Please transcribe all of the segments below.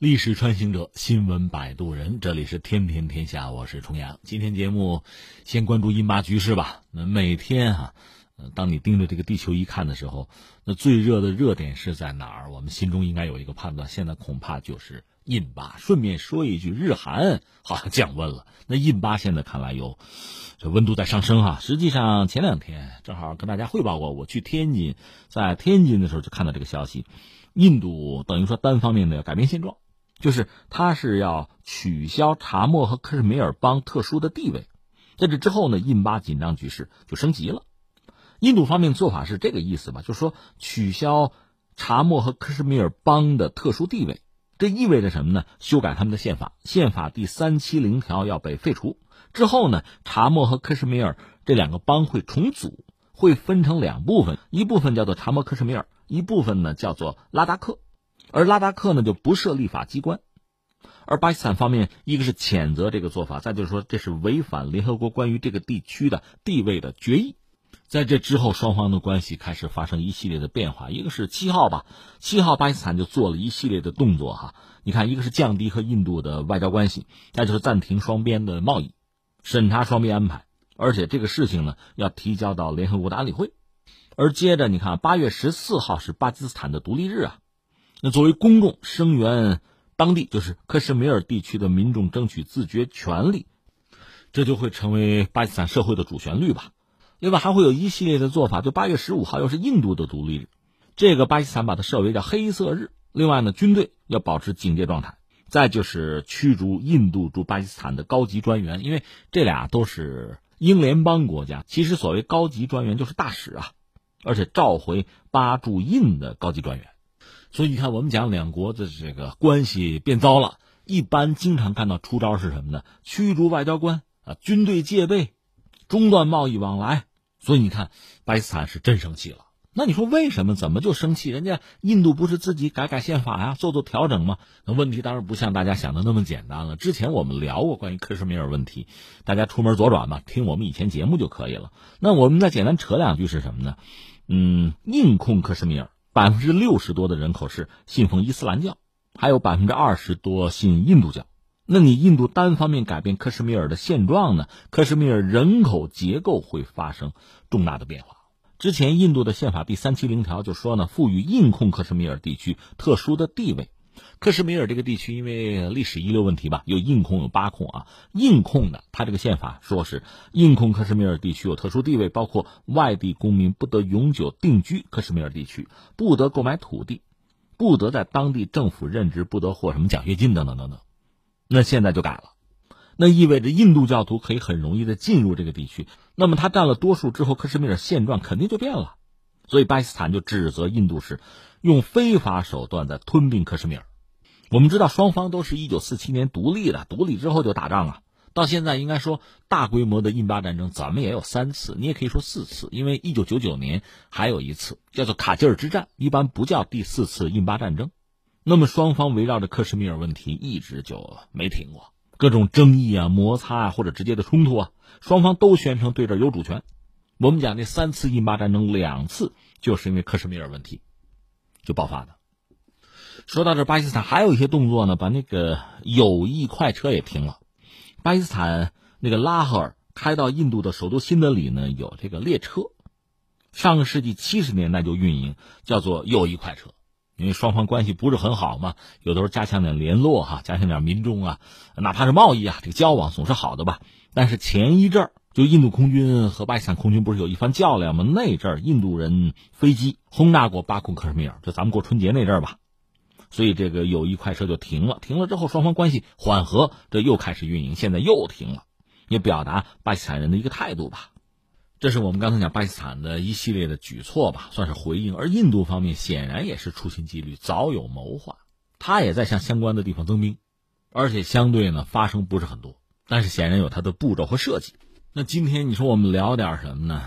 历史穿行者，新闻摆渡人，这里是天天天下，我是重阳。今天节目先关注印巴局势吧。那每天当你盯着这个地球一看的时候，那最热的热点是在哪儿？我们心中应该有一个判断，现在恐怕就是印巴。顺便说一句，日韩好像降温了，那印巴现在看来有这温度在上升哈。实际上前两天正好跟大家汇报过，我去天津，在天津的时候就看到这个消息，印度等于说单方面的改变现状。就是他是要取消查谟和克什米尔邦特殊的地位，在这之后呢，印巴紧张局势就升级了。印度方面做法是这个意思吧，就是说取消查谟和克什米尔邦的特殊地位，这意味着什么呢？修改他们的宪法，宪法第370条要被废除之后呢，查谟和克什米尔这两个邦会重组，会分成两部分，一部分叫做查谟克什米尔，一部分呢叫做拉达克。而拉达克呢就不设立法机关，而巴基斯坦方面一个是谴责这个做法，再就是说这是违反联合国关于这个地区的地位的决议。在这之后，双方的关系开始发生一系列的变化。一个是7号吧，7号巴基斯坦就做了一系列的动作哈。你看，一个是降低和印度的外交关系，再就是暂停双边的贸易，审查双边安排，而且这个事情呢要提交到联合国的安理会。而接着你看，8月14号是巴基斯坦的独立日啊。那作为公众声援当地就是克什米尔地区的民众争取自决权利，这就会成为巴基斯坦社会的主旋律吧。另外还会有一系列的做法，就8月15号又是印度的独立日，这个巴基斯坦把它设为叫黑色日。另外呢，军队要保持警戒状态，再就是驱逐印度驻巴基斯坦的高级专员，因为这俩都是英联邦国家，其实所谓高级专员就是大使啊，而且召回巴驻印的高级专员。所以你看，我们讲两国的这个关系变糟了，一般经常看到出招是什么呢？驱逐外交官军队戒备，中断贸易往来。所以你看，巴基斯坦是真生气了。那你说为什么？怎么就生气？人家印度不是自己改宪法呀，做调整吗？那问题当然不像大家想的那么简单了。之前我们聊过关于克什米尔问题，大家出门左转嘛，听我们以前节目就可以了。那我们再简单扯两句是什么呢？印控克什米尔60%多的人口是信奉伊斯兰教，还有20%多信印度教。那你印度单方面改变克什米尔的现状呢？克什米尔人口结构会发生重大的变化。之前印度的宪法第370条就说呢，赋予印控克什米尔地区特殊的地位。克什米尔这个地区因为历史遗留问题吧，有印控有巴控啊。印控的他这个宪法说是印控克什米尔地区有特殊地位，包括外地公民不得永久定居克什米尔地区，不得购买土地，不得在当地政府任职，不得获什么奖学金等等等等。那现在就改了，那意味着印度教徒可以很容易的进入这个地区，那么他占了多数之后，克什米尔现状肯定就变了。所以巴基斯坦就指责印度是用非法手段在吞并克什米尔。我们知道双方都是1947年独立的，独立之后就打仗啊，到现在应该说大规模的印巴战争咱们也有3次，你也可以说4次，因为1999年还有一次叫做卡吉尔之战，一般不叫第4次印巴战争。那么双方围绕着克什米尔问题一直就没停过，各种争议啊、摩擦啊或者直接的冲突啊，双方都宣称对这有主权。我们讲这3次印巴战争2次就是因为克什米尔问题就爆发的。说到这，巴基斯坦还有一些动作呢，把那个友谊快车也停了。巴基斯坦那个拉合尔开到印度的首都新德里呢，有这个列车，上个世纪70年代就运营，叫做友谊快车。因为双方关系不是很好嘛，有的时候加强点联络哈，加强点民众啊，哪怕是贸易啊，这个交往总是好的吧。但是前一阵儿，就印度空军和巴基斯坦空军不是有一番较量吗？那阵儿印度人飞机轰炸过巴库克什米尔，就咱们过春节那阵儿吧。所以这个友谊快车就停了，停了之后双方关系缓和，这又开始运营，现在又停了，也表达巴基斯坦人的一个态度吧。这是我们刚才讲巴基斯坦的一系列的举措吧，算是回应。而印度方面显然也是处心积虑，早有谋划，他也在向相关的地方增兵，而且相对呢发生不是很多，但是显然有他的步骤和设计。那今天你说我们聊点什么呢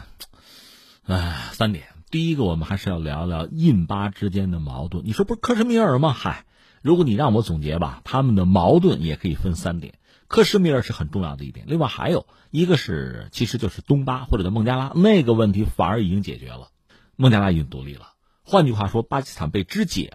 ？3点。第一个，我们还是要聊聊印巴之间的矛盾。你说不是克什米尔吗？嗨，如果你让我总结吧，他们的矛盾也可以分3点。克什米尔是很重要的一点，另外还有一个是，其实就是东巴或者叫孟加拉，那个问题反而已经解决了，孟加拉已经独立了。换句话说，巴基斯坦被肢解了，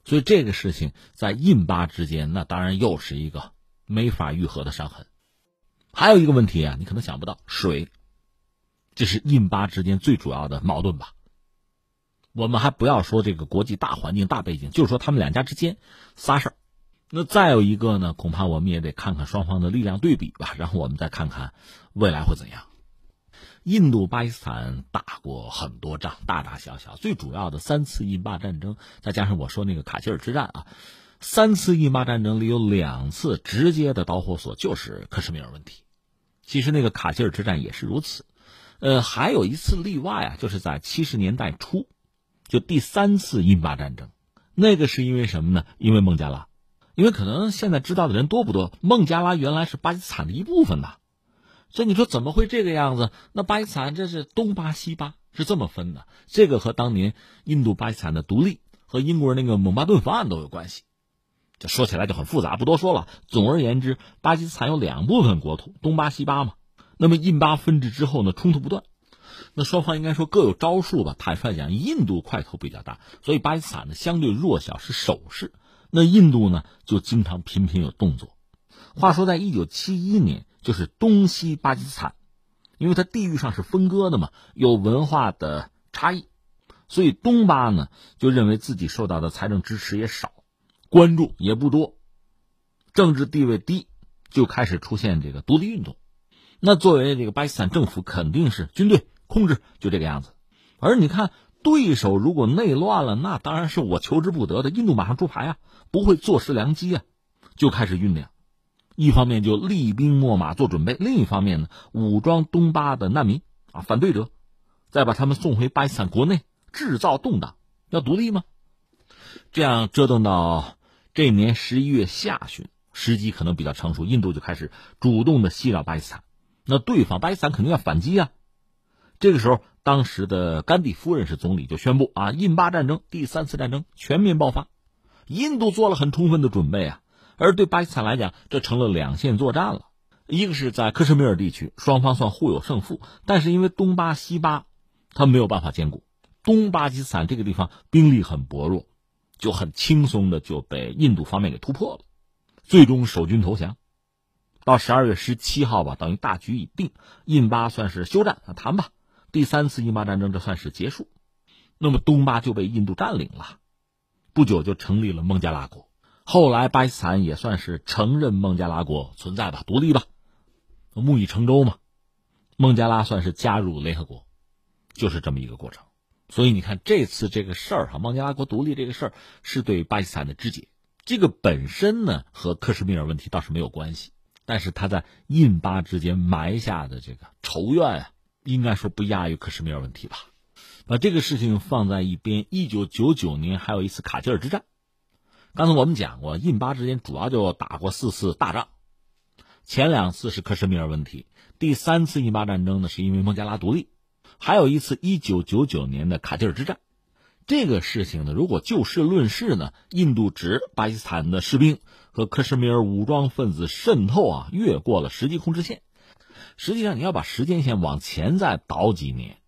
所以这个事情在印巴之间，那当然又是一个没法愈合的伤痕。还有一个问题啊，你可能想不到，水，这是印巴之间最主要的矛盾吧。我们还不要说这个国际大环境大背景，就是说他们两家之间仨事儿。那再有一个呢，恐怕我们也得看看双方的力量对比吧，然后我们再看看未来会怎样。印度巴基斯坦打过很多仗，大大小小，最主要的3次印巴战争，再加上我说那个卡希尔之战啊，3次印巴战争里有2次直接的导火索就是克什米尔问题。其实那个卡希尔之战也是如此。还有一次例外啊，就是在70年代初，就第3次印巴战争。那个是因为什么呢？因为孟加拉。因为可能现在知道的人多不多，孟加拉原来是巴基斯坦的一部分呐。所以你说怎么会这个样子？那巴基斯坦这是东巴西巴是这么分的，这个和当年印度巴基斯坦的独立和英国人那个蒙巴顿方案都有关系。这说起来就很复杂，不多说了。总而言之，巴基斯坦有2部分国土，东巴西巴嘛。那么印巴分治之后呢，冲突不断。那双方应该说各有招数吧。坦率讲，印度块头比较大，所以巴基斯坦呢相对弱小，是守势。那印度呢就经常频频有动作。话说在1971年，就是东西巴基斯坦，因为它地域上是分割的嘛，有文化的差异，所以东巴呢就认为自己受到的财政支持也少，关注也不多，政治地位低，就开始出现这个独立运动。那作为这个巴基斯坦政府肯定是军队控制，就这个样子。而你看对手如果内乱了，那当然是我求之不得的。印度马上出牌啊，不会坐失良机啊，就开始酝酿。一方面就厉兵秣马做准备，另一方面呢，武装东巴的难民啊，反对者，再把他们送回巴基斯坦国内，制造动荡。要独立吗？这样折腾到这年11月下旬，时机可能比较成熟，印度就开始主动的袭扰巴基斯坦。那对方巴基斯坦肯定要反击啊。这个时候，当时的甘地夫人是总理，就宣布啊，印巴战争第3次战争全面爆发。印度做了很充分的准备啊，而对巴基斯坦来讲，这成了2线作战了。一个是在克什米尔地区，双方算互有胜负，但是因为东巴西巴它没有办法兼顾，东巴基斯坦这个地方兵力很薄弱，就很轻松的就被印度方面给突破了，最终守军投降。到12月17号吧，等于大局已定，印巴算是休战谈吧，第3次印巴战争这算是结束。那么东巴就被印度占领了，不久就成立了孟加拉国。后来巴基斯坦也算是承认孟加拉国存在吧，独立吧，木已成舟嘛，孟加拉算是加入联合国，就是这么一个过程。所以你看这次这个事儿孟加拉国独立这个事儿是对巴基斯坦的肢解，这个本身呢和克什米尔问题倒是没有关系，但是他在印巴之间埋下的这个仇怨啊，应该说不亚于克什米尔问题吧。把这个事情放在一边，1999年还有一次卡吉尔之战。刚才我们讲过，印巴之间主要就打过4次大仗，前2次是克什米尔问题，第3次印巴战争呢是因为孟加拉独立，还有一次1999年的卡吉尔之战。这个事情呢，如果就事论事呢，印度指巴基斯坦的士兵和克什米尔武装分子渗透啊，越过了实际控制线。实际上你要把时间线往前再倒几年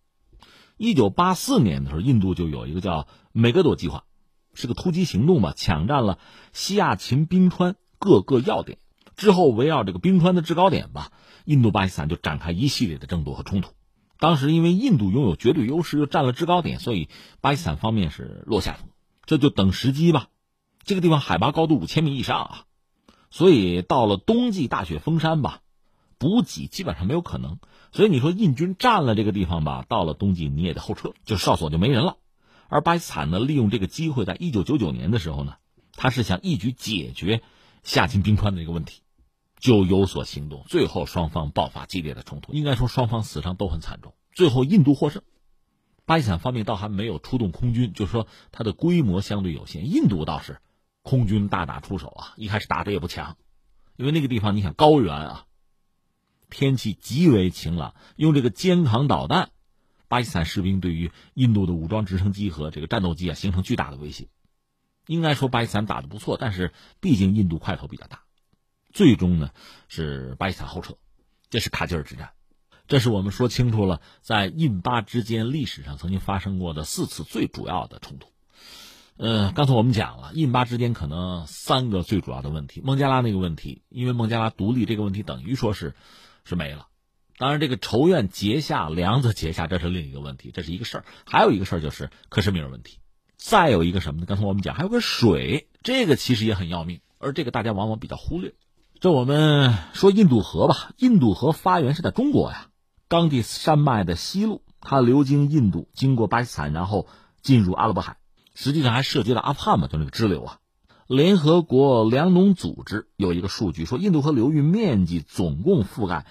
，1984年的时候，印度就有一个叫美格朵计划，是个突击行动吧，抢占了西亚琴冰川各个要点。之后围绕这个冰川的制高点吧，印度巴基斯坦就展开一系列的争夺和冲突。当时因为印度拥有绝对优势，又占了制高点，所以巴基斯坦方面是落下风，这就等时机吧。这个地方海拔高度5000米以上啊，所以到了冬季大雪封山吧，补给基本上没有可能。所以你说印军占了这个地方吧，到了冬季你也得后撤，就哨所就没人了。而巴基斯坦呢，利用这个机会，在1999年的时候呢，他是想一举解决夏金冰川的这个问题，就有所行动。最后双方爆发激烈的冲突，应该说双方死伤都很惨重。最后印度获胜，巴基斯坦方面倒还没有出动空军，就是说它的规模相对有限。印度倒是空军大打出手啊，一开始打得也不强，因为那个地方你想高原啊，天气极为晴朗，用这个肩扛导弹，巴基斯坦士兵对于印度的武装直升机和这个战斗机啊形成巨大的威胁。应该说巴基斯坦打得不错，但是毕竟印度块头比较大，最终呢是巴基斯坦后撤。这是卡吉尔之战，这是我们说清楚了在印巴之间历史上曾经发生过的4次最主要的冲突。 刚才我们讲了，印巴之间可能3个最主要的问题。孟加拉那个问题，因为孟加拉独立这个问题等于说是没了。当然，这个仇怨结下，梁子结下，这是另一个问题，这是一个事儿。还有一个事儿就是克什米尔问题。再有一个什么呢？刚才我们讲还有个水，这个其实也很要命，而这个大家往往比较忽略。这我们说印度河吧，印度河发源是在中国呀，冈地山脉的西路，它流经印度，经过巴基斯坦，然后进入阿拉伯海。实际上还涉及到阿富汗嘛，就那个支流啊。联合国粮农组织有一个数据说，印度河流域面积总共覆盖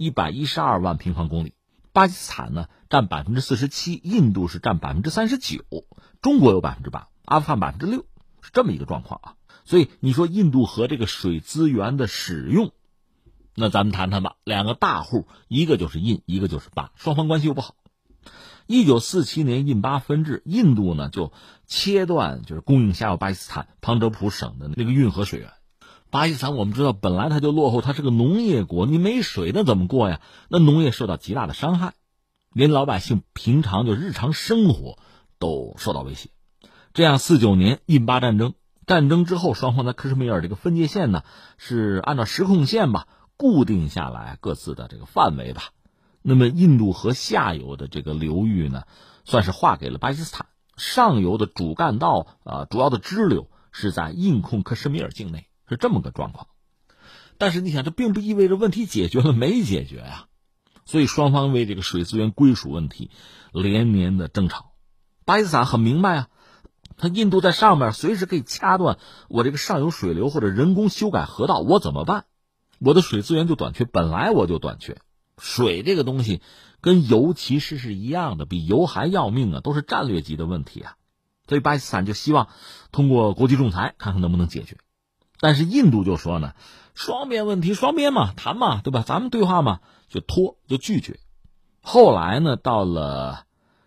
112万平方公里，巴基斯坦呢占47%，印度是占39%，中国有8%，阿富汗6%，是这么一个状况啊。所以你说印度河这个水资源的使用，那咱们谈谈吧。2个大户，一个就是印，一个就是巴，双方关系又不好。1947年印巴分治，印度呢就切断就是供应下游巴基斯坦旁遮普省的那个运河水源。巴基斯坦我们知道本来它就落后，它是个农业国，你没水那怎么过呀？那农业受到极大的伤害，连老百姓平常就日常生活都受到威胁。这样49年印巴战争之后，双方在克什米尔这个分界线呢是按照时空线吧固定下来各自的这个范围吧。那么印度河下游的这个流域呢，算是划给了巴基斯坦，上游的主干道主要的支流是在印控克什米尔境内，是这么个状况。但是你想，这并不意味着问题解决了，没解决呀。所以双方为这个水资源归属问题连年的争吵。巴基斯坦很明白啊，他印度在上面随时可以掐断我这个上游水流，或者人工修改河道，我怎么办？我的水资源就短缺，本来我就短缺。水这个东西跟油其实是一样的，比油还要命啊，都是战略级的问题啊。所以巴基斯坦就希望通过国际仲裁看看能不能解决。但是印度就说呢，双边问题双边嘛，谈嘛，对吧？咱们对话嘛，就拒绝。后来呢，到了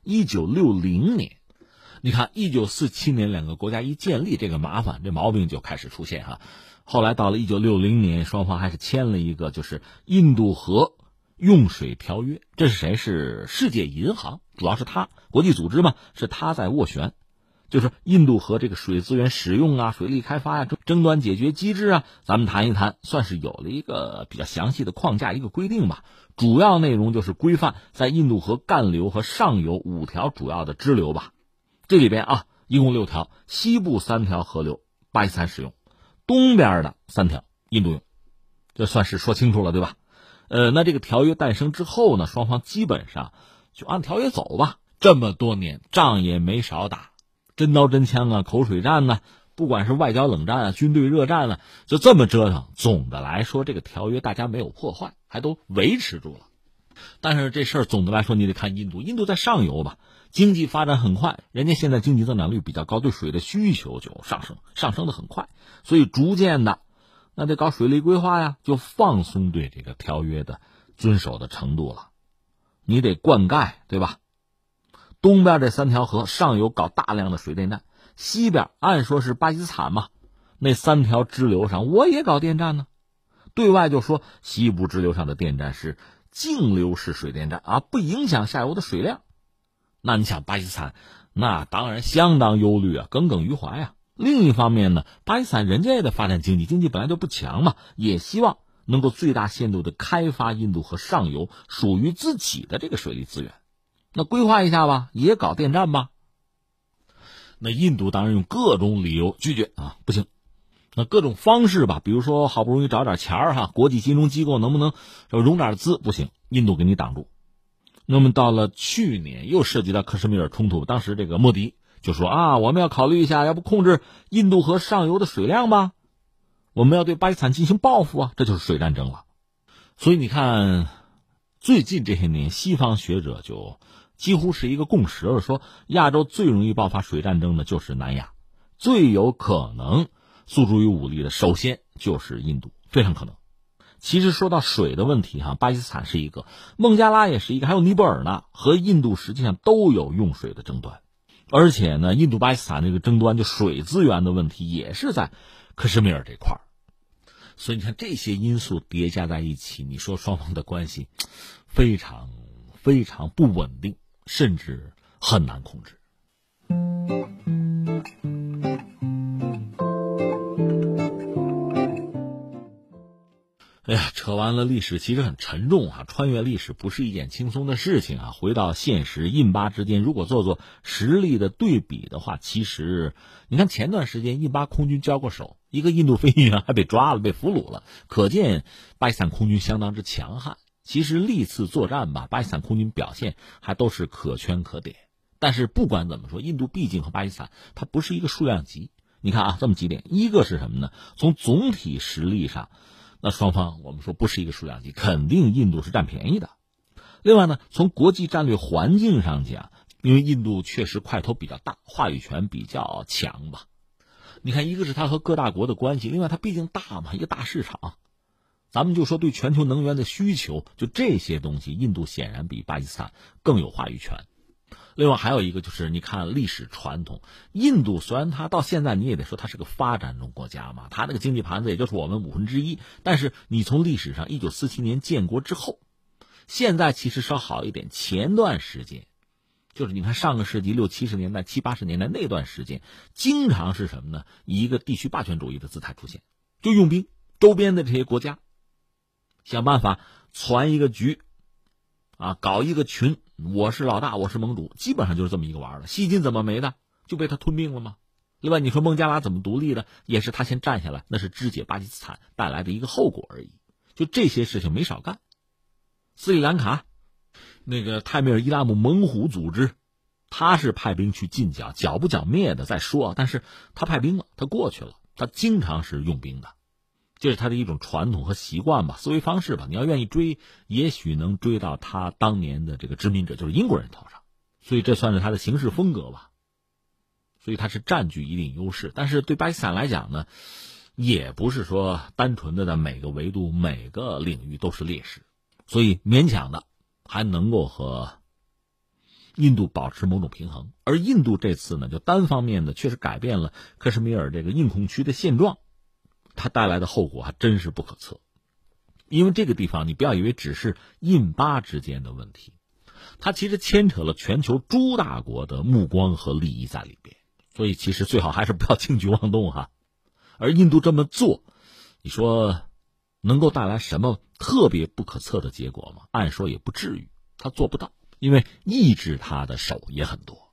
1960年，你看1947年2个国家一建立，这个麻烦这毛病就开始出现哈。后来到了1960年，双方还是签了一个就是印度河用水条约，这是谁？是世界银行，主要是他国际组织嘛，是他在斡旋，就是印度河这个水资源使用啊、水利开发呀、争端解决机制啊，咱们谈一谈，算是有了一个比较详细的框架，一个规定吧。主要内容就是规范在印度河干流和上游5条主要的支流吧。这里边啊，一共6条，西部3条河流巴基斯坦使用，东边的3条印度用，这算是说清楚了，对吧？那这个条约诞生之后呢，双方基本上就按条约走吧。这么多年仗也没少打，真刀真枪啊，口水战呢，不管是外交冷战啊，军队热战啊，就这么折腾。总的来说，这个条约大家没有破坏，还都维持住了。但是这事儿总的来说，你得看印度，印度在上游吧，经济发展很快，人家现在经济增长率比较高，对水的需求就上升的很快，所以逐渐的那得搞水利规划呀，就放松对这个条约的遵守的程度了。你得灌溉，对吧？东边这3条河上游搞大量的水电站，西边按说是巴基斯坦嘛，那3条支流上我也搞电站呢。对外就说西部支流上的电站是径流式水电站啊，不影响下游的水量。那你想巴基斯坦那当然相当忧虑啊，耿耿于怀啊。另一方面呢，巴基斯坦人家也得发展经济本来就不强嘛，也希望能够最大限度的开发印度河上游属于自己的这个水利资源。那规划一下吧，也搞电站吧。那印度当然用各种理由拒绝啊，不行。那各种方式吧，比如说好不容易找点钱哈，国际金融机构能不能融点资？不行，印度给你挡住。那么到了去年又涉及到克什米尔冲突，当时这个莫迪就说啊，我们要考虑一下，要不控制印度河上游的水量吧，我们要对巴基斯坦进行报复啊，这就是水战争了。所以你看最近这些年西方学者就几乎是一个共识了，说亚洲最容易爆发水战争的就是南亚，最有可能诉诸于武力的首先就是印度，非常可能。其实说到水的问题巴基斯坦是一个，孟加拉也是一个，还有尼泊尔呢，和印度实际上都有用水的争端。而且呢，印度巴基斯坦这个争端就水资源的问题也是在克什米尔这块儿。所以你看这些因素叠加在一起，你说双方的关系非常非常不稳定，甚至很难控制。 哎呀，扯完了历史其实很沉重啊，穿越历史不是一件轻松的事情啊。回到现实，印巴之间如果做实力的对比的话，其实你看前段时间印巴空军交过手，一个印度飞行员还被抓了，被俘虏了，可见巴基斯坦空军相当之强悍。其实历次作战吧，巴基斯坦空军表现还都是可圈可点。但是不管怎么说，印度毕竟和巴基斯坦它不是一个数量级。你看啊，这么几点，一个是什么呢？从总体实力上，那双方我们说不是一个数量级，肯定印度是占便宜的。另外呢，从国际战略环境上讲，因为印度确实块头比较大，话语权比较强吧。你看，一个是它和各大国的关系，另外它毕竟大嘛，一个大市场。咱们就说对全球能源的需求，就这些东西，印度显然比巴基斯坦更有话语权。另外还有一个就是你看历史传统，印度虽然它到现在你也得说它是个发展中国家嘛，它那个经济盘子也就是我们1/5，但是你从历史上1947年建国之后，现在其实稍好一点，前段时间就是你看上个世纪60、70年代、70、80年代那段时间，经常是什么呢？以一个地区霸权主义的姿态出现，就用兵，周边的这些国家想办法攒一个局啊，搞一个群，我是老大，我是盟主，基本上就是这么一个玩的。西金怎么没的？就被他吞并了吗？另外，你说孟加拉怎么独立的？也是他先站下来，那是肢解巴基斯坦带来的一个后果而已。就这些事情没少干。斯里兰卡那个泰米尔伊拉姆猛虎组织，他是派兵去进剿，剿不剿灭的再说，但是他派兵了，他过去了，他经常是用兵的。这是他的一种传统和习惯吧，思维方式吧。你要愿意追，也许能追到他当年的这个殖民者，就是英国人头上。所以这算是他的行事风格吧。所以他是占据一定优势，但是对巴基斯坦来讲呢，也不是说单纯的在每个维度、每个领域都是劣势，所以勉强的还能够和印度保持某种平衡。而印度这次呢，就单方面的确实改变了克什米尔这个印控区的现状。它带来的后果还真是不可测，因为这个地方你不要以为只是印巴之间的问题，它其实牵扯了全球诸大国的目光和利益在里边，所以其实最好还是不要轻举妄动哈。而印度这么做，你说能够带来什么特别不可测的结果吗？按说也不至于，他做不到，因为抑制他的手也很多。